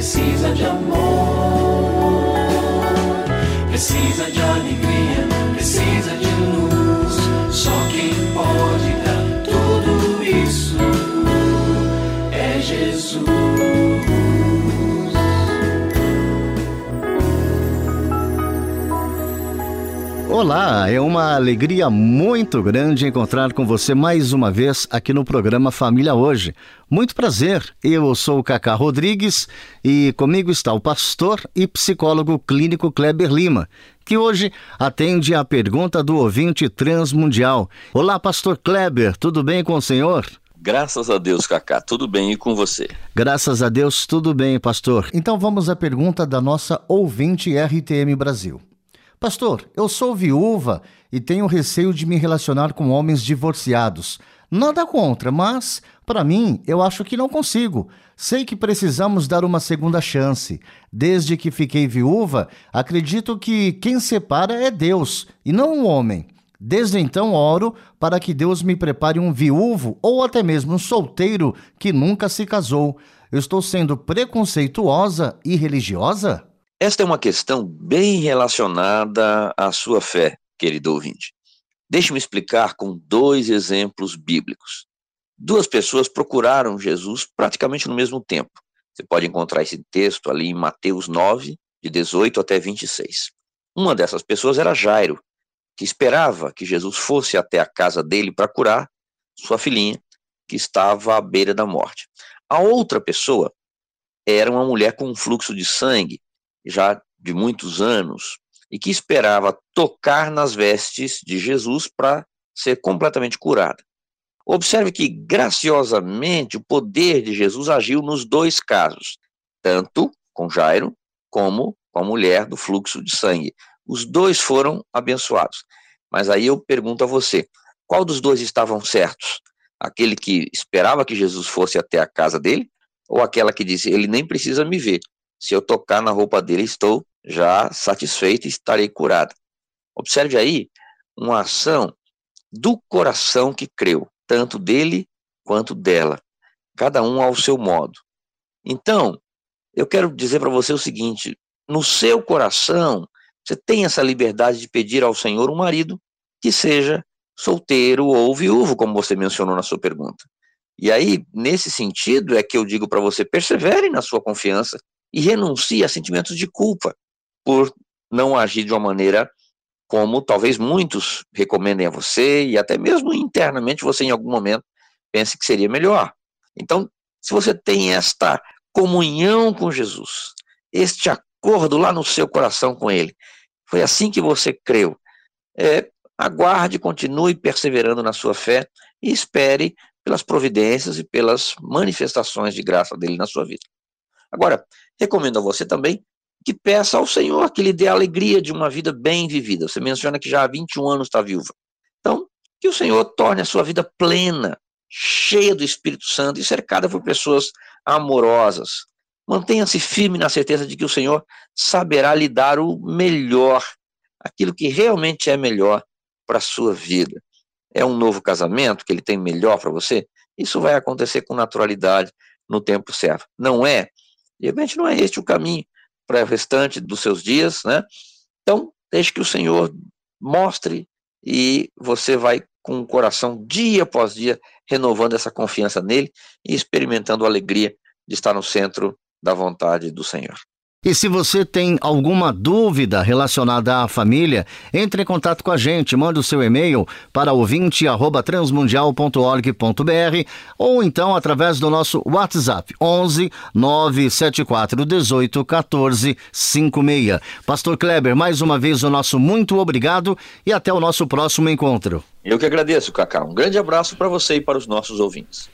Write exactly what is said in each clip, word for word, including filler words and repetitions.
precisa de amor, precisa de alegria, precisa de luz. Só quem pode dar tudo isso é Jesus. Olá, é uma alegria muito grande encontrar com você mais uma vez aqui no programa Família Hoje. Muito prazer, eu sou o Cacá Rodrigues e comigo está o pastor e psicólogo clínico Kleber Lima, que hoje atende a pergunta do ouvinte transmundial. Olá, pastor Kleber, tudo bem com o senhor? Graças a Deus, Cacá, tudo bem e com você? Graças a Deus, tudo bem, pastor. Então vamos à pergunta da nossa ouvinte R T M Brasil. Pastor, eu sou viúva e tenho receio de me relacionar com homens divorciados. Nada contra, mas, para mim, eu acho que não consigo. Sei que precisamos dar uma segunda chance. Desde que fiquei viúva, acredito que quem separa é Deus e não um homem. Desde então oro para que Deus me prepare um viúvo ou até mesmo um solteiro que nunca se casou. Eu estou sendo preconceituosa e religiosa? Esta é uma questão bem relacionada à sua fé, querido ouvinte. Deixe-me explicar com dois exemplos bíblicos. Duas pessoas procuraram Jesus praticamente no mesmo tempo. Você pode encontrar esse texto ali em Mateus nove, de dezoito até vinte e seis. Uma dessas pessoas era Jairo, que esperava que Jesus fosse até a casa dele para curar sua filhinha, que estava à beira da morte. A outra pessoa era uma mulher com um fluxo de sangue, já de muitos anos, e que esperava tocar nas vestes de Jesus para ser completamente curada. Observe que, graciosamente, o poder de Jesus agiu nos dois casos, tanto com Jairo como com a mulher do fluxo de sangue. Os dois foram abençoados. Mas aí eu pergunto a você, qual dos dois estavam certos? Aquele que esperava que Jesus fosse até a casa dele, ou aquela que disse, ele nem precisa me ver? Se eu tocar na roupa dele, estou já satisfeito e estarei curado. Observe aí uma ação do coração que creu, tanto dele quanto dela, cada um ao seu modo. Então, eu quero dizer para você o seguinte, no seu coração, você tem essa liberdade de pedir ao Senhor um marido que seja solteiro ou viúvo, como você mencionou na sua pergunta. E aí, nesse sentido, é que eu digo para você, persevere na sua confiança, e renuncie a sentimentos de culpa por não agir de uma maneira como talvez muitos recomendem a você e até mesmo internamente você em algum momento pense que seria melhor. Então, se você tem esta comunhão com Jesus, este acordo lá no seu coração com Ele, foi assim que você creu, é, aguarde, continue perseverando na sua fé e espere pelas providências e pelas manifestações de graça dele na sua vida. Agora, recomendo a você também que peça ao Senhor que lhe dê a alegria de uma vida bem vivida. Você menciona que já há vinte e um anos está viúva. Então, que o Senhor torne a sua vida plena, cheia do Espírito Santo e cercada por pessoas amorosas. Mantenha-se firme na certeza de que o Senhor saberá lhe dar o melhor, aquilo que realmente é melhor para a sua vida. É um novo casamento que Ele tem melhor para você? Isso vai acontecer com naturalidade no tempo certo. Não é? De repente não é este o caminho para o restante dos seus dias, né? Então, deixe que o Senhor mostre e você vai com o coração dia após dia renovando essa confiança nele e experimentando a alegria de estar no centro da vontade do Senhor. E se você tem alguma dúvida relacionada à família, entre em contato com a gente, manda o seu e-mail para ouvinte arroba transmundial ponto org ponto br ou então através do nosso WhatsApp onze nove sete quatro um oito um quatro cinco seis. Pastor Kleber, mais uma vez o nosso muito obrigado e até o nosso próximo encontro. Eu que agradeço, Cacá. Um grande abraço para você e para os nossos ouvintes.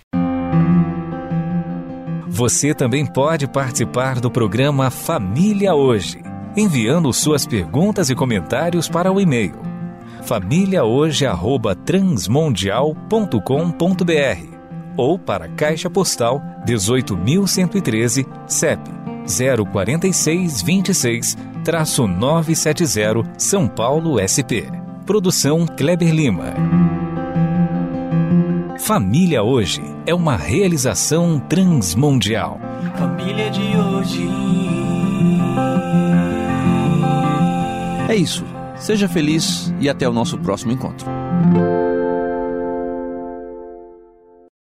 Você também pode participar do programa Família Hoje, enviando suas perguntas e comentários para o e-mail família hoje arroba transmundial ponto com ponto br ou para a Caixa Postal dezoito mil cento e treze, C E P zero quatro seis dois seis, nove sete zero, São Paulo, S P. Produção Kleber Lima. Família Hoje é uma realização transmundial. família de hoje. É isso. Seja feliz e até o nosso próximo encontro.